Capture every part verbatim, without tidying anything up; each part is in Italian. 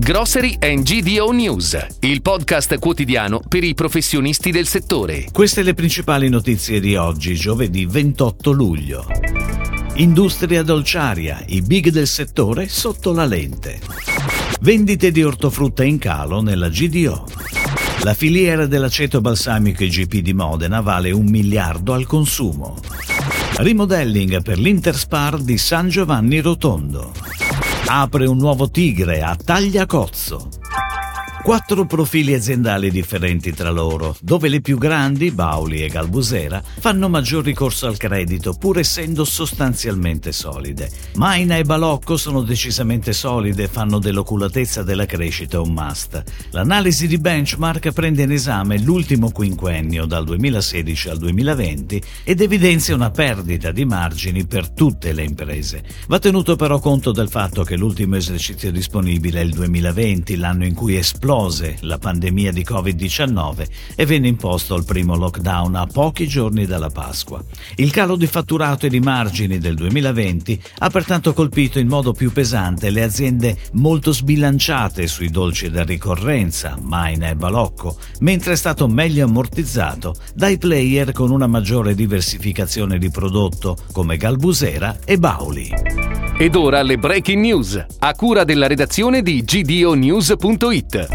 Grocery and G D O News, il podcast quotidiano per i professionisti del settore. Queste le principali notizie di oggi, giovedì ventotto luglio. Industria dolciaria, i big del settore sotto la lente. Vendite di ortofrutta in calo nella G D O. La filiera dell'aceto balsamico I G P di Modena vale un miliardo al consumo. Remodelling per l'Interspar di San Giovanni Rotondo. Apre un nuovo Tigre a Tagliacozzo. Quattro profili aziendali differenti tra loro, dove le più grandi, Bauli e Galbusera, fanno maggior ricorso al credito pur essendo sostanzialmente solide. Maina e Balocco sono decisamente solide e fanno dell'oculatezza della crescita un must. L'analisi di benchmark prende in esame l'ultimo quinquennio dal duemilasedici al duemilaventi ed evidenzia una perdita di margini per tutte le imprese. Va tenuto però conto del fatto che l'ultimo esercizio disponibile è il duemilaventi, l'anno in cui esplode la pandemia di covid diciannove e venne imposto il primo lockdown a pochi giorni dalla Pasqua. Il calo di fatturato e di margini del duemilaventi ha pertanto colpito in modo più pesante le aziende molto sbilanciate sui dolci da ricorrenza, Maina e Balocco, mentre è stato meglio ammortizzato dai player con una maggiore diversificazione di prodotto come Galbusera e Bauli. Ed ora le breaking news, a cura della redazione di G D O News punto it.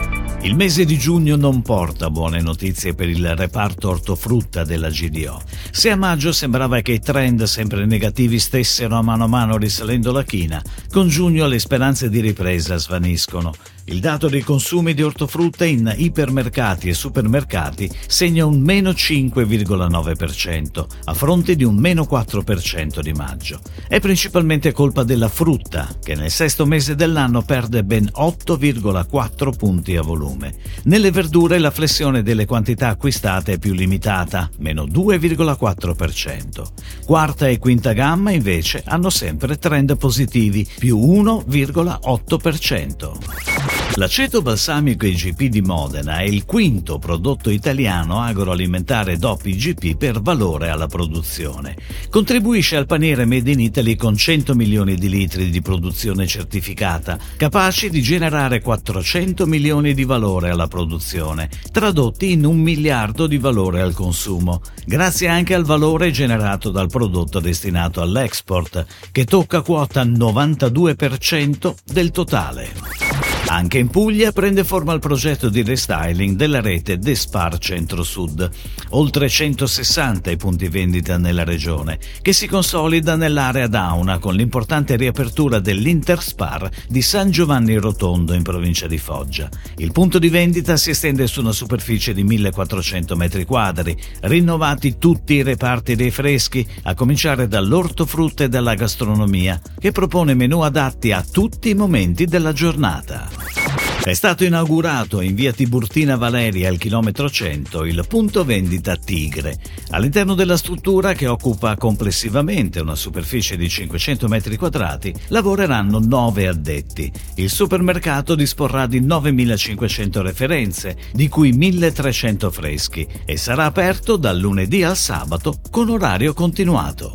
Il mese di giugno non porta buone notizie per il reparto ortofrutta della G D O. Se a maggio sembrava che i trend sempre negativi stessero a mano a mano risalendo la china, con giugno le speranze di ripresa svaniscono. Il dato dei consumi di ortofrutta in ipermercati e supermercati segna un meno cinque virgola nove per cento, a fronte di un meno quattro per cento di maggio. È principalmente colpa della frutta, che nel sesto mese dell'anno perde ben otto virgola quattro punti a volume. Nelle verdure la flessione delle quantità acquistate è più limitata, meno due virgola quattro per cento. Quarta e quinta gamma invece hanno sempre trend positivi, più uno virgola otto per cento. L'aceto balsamico I G P di Modena è il quinto prodotto italiano agroalimentare D O P I G P per valore alla produzione. Contribuisce al paniere Made in Italy con cento milioni di litri di produzione certificata, capaci di generare quattrocento milioni di valore alla produzione, tradotti in un miliardo di valore al consumo, grazie anche al valore generato dal prodotto destinato all'export, che tocca quota novantadue per cento del totale. Anche in Puglia prende forma il progetto di restyling della rete Despar Centro-Sud, oltre centosessanta i punti vendita nella regione, che si consolida nell'area d'Auna con l'importante riapertura dell'Interspar di San Giovanni Rotondo in provincia di Foggia. Il punto di vendita si estende su una superficie di millequattrocento metri quadri, rinnovati tutti i reparti dei freschi, a cominciare dall'ortofrutta e dalla gastronomia, che propone menù adatti a tutti i momenti della giornata. È stato inaugurato in via Tiburtina Valeria al chilometro cento il punto vendita Tigre. All'interno della struttura, che occupa complessivamente una superficie di cinquecento metri quadrati, lavoreranno nove addetti. Il supermercato disporrà di novemilacinquecento referenze, di cui milletrecento freschi, e sarà aperto dal lunedì al sabato con orario continuato.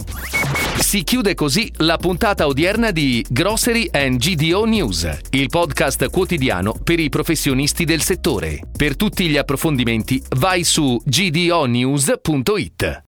Si chiude così la puntata odierna di Grocery and G D O News, il podcast quotidiano per i professionisti del settore. Per tutti gli approfondimenti vai su G D O News punto it.